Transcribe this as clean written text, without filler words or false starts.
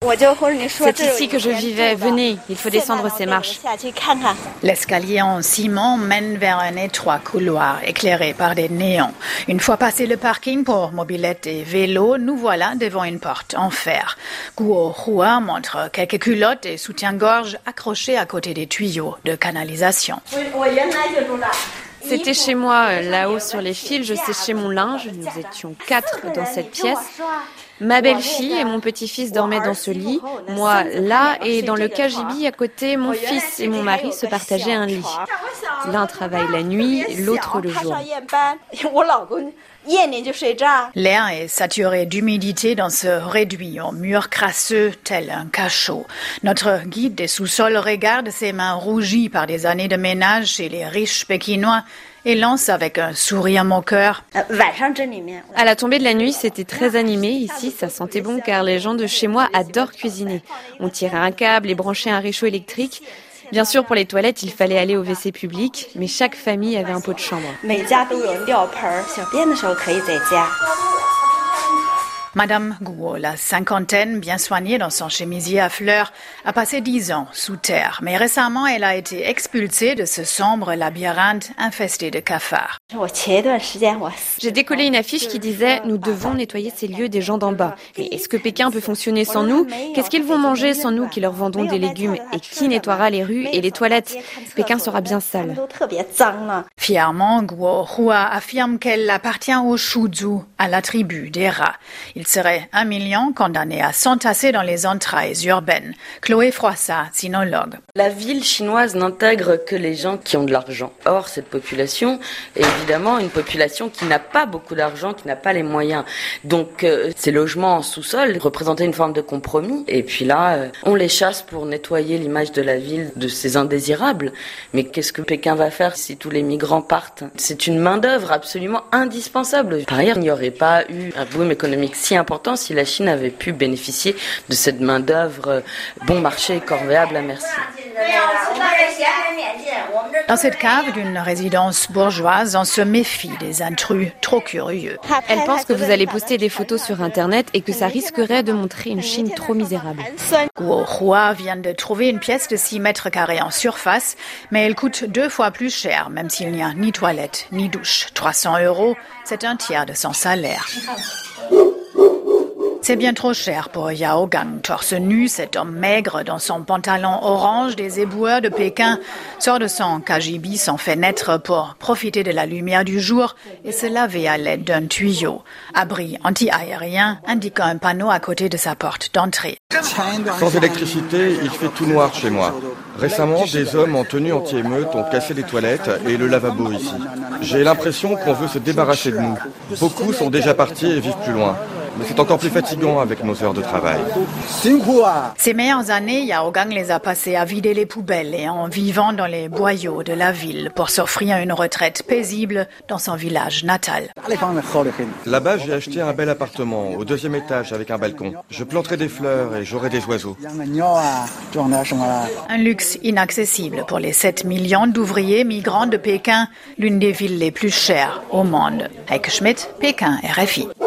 C'est ici que je vivais, venez, il faut descendre ces marches. L'escalier en ciment mène vers un étroit couloir éclairé par des néons. Une fois passé le parking pour mobylettes et vélos, nous voilà devant une porte en fer. Guo Hua montre quelques culottes et soutiens-gorge accrochés à côté des tuyaux de canalisation. C'était chez moi, là-haut sur les fils, je séchais mon linge. Nous étions 4 dans cette pièce. Ma belle-fille et mon petit-fils dormaient dans ce lit. Moi, là, et dans le cagibi à côté, mon fils et mon mari se partageaient un lit. L'un travaille la nuit, l'autre le jour. L'air est saturé d'humidité dans ce réduit en mur crasseux tel un cachot. Notre guide des sous-sols regarde ses mains rougies par des années de ménage chez les riches pékinois et lance avec un sourire moqueur. À la tombée de la nuit, c'était très animé. Ici, ça sentait bon car les gens de chez moi adorent cuisiner. On tirait un câble et branchait un réchaud électrique. Bien sûr, pour les toilettes, il fallait aller au WC public, mais chaque famille avait un pot de chambre. Madame Guo, la cinquantaine, bien soignée dans son chemisier à fleurs, a passé 10 ans sous terre. Mais récemment, elle a été expulsée de ce sombre labyrinthe infesté de cafards. J'ai décollé une affiche qui disait « Nous devons nettoyer ces lieux des gens d'en bas ». Mais est-ce que Pékin peut fonctionner sans nous ? Qu'est-ce qu'ils vont manger sans nous qui leur vendons des légumes ? Et qui nettoiera les rues et les toilettes ? Pékin sera bien sale. Fièrement, Guo Hua affirme qu'elle appartient au Shuzhou, à la tribu des rats. Il serait 1 million condamnés à s'entasser dans les entrailles urbaines. Chloé Froissart, sinologue. La ville chinoise n'intègre que les gens qui ont de l'argent. Or, cette population est évidemment une population qui n'a pas beaucoup d'argent, qui n'a pas les moyens. Donc, ces logements en sous-sol représentaient une forme de compromis. Et puis là, on les chasse pour nettoyer l'image de la ville de ces indésirables. Mais qu'est-ce que Pékin va faire si tous les migrants partent ? C'est une main-d'œuvre absolument indispensable. Par ailleurs, il n'y aurait pas eu un boom économique si important si la Chine avait pu bénéficier de cette main-d'œuvre bon marché et corvéable à merci. Dans cette cave d'une résidence bourgeoise, on se méfie des intrus trop curieux. Elle pense que vous allez poster des photos sur Internet et que ça risquerait de montrer une Chine trop misérable. Guo Hua vient de trouver une pièce de 6 mètres carrés en surface, mais elle coûte 2 fois plus cher, même s'il n'y a ni toilette, ni douche. 300 €, c'est un tiers de son salaire. C'est bien trop cher pour Yao Gang. Torse nu, cet homme maigre dans son pantalon orange des éboueurs de Pékin sort de son cagibi sans fenêtre pour profiter de la lumière du jour et se laver à l'aide d'un tuyau. Abri anti-aérien indiquant un panneau à côté de sa porte d'entrée. Sans électricité, il fait tout noir chez moi. Récemment, des hommes en tenue anti-émeute ont cassé les toilettes et le lavabo ici. J'ai l'impression qu'on veut se débarrasser de nous. Beaucoup sont déjà partis et vivent plus loin. Mais c'est encore plus fatigant avec nos heures de travail. Ces meilleures années, Yao Gang les a passées à vider les poubelles et en vivant dans les boyaux de la ville pour s'offrir une retraite paisible dans son village natal. Là-bas, j'ai acheté un bel appartement au 2e étage avec un balcon. Je planterai des fleurs et j'aurai des oiseaux. Un luxe inaccessible pour les 7 millions d'ouvriers migrants de Pékin, l'une des villes les plus chères au monde. Heike Schmidt, Pékin, RFI.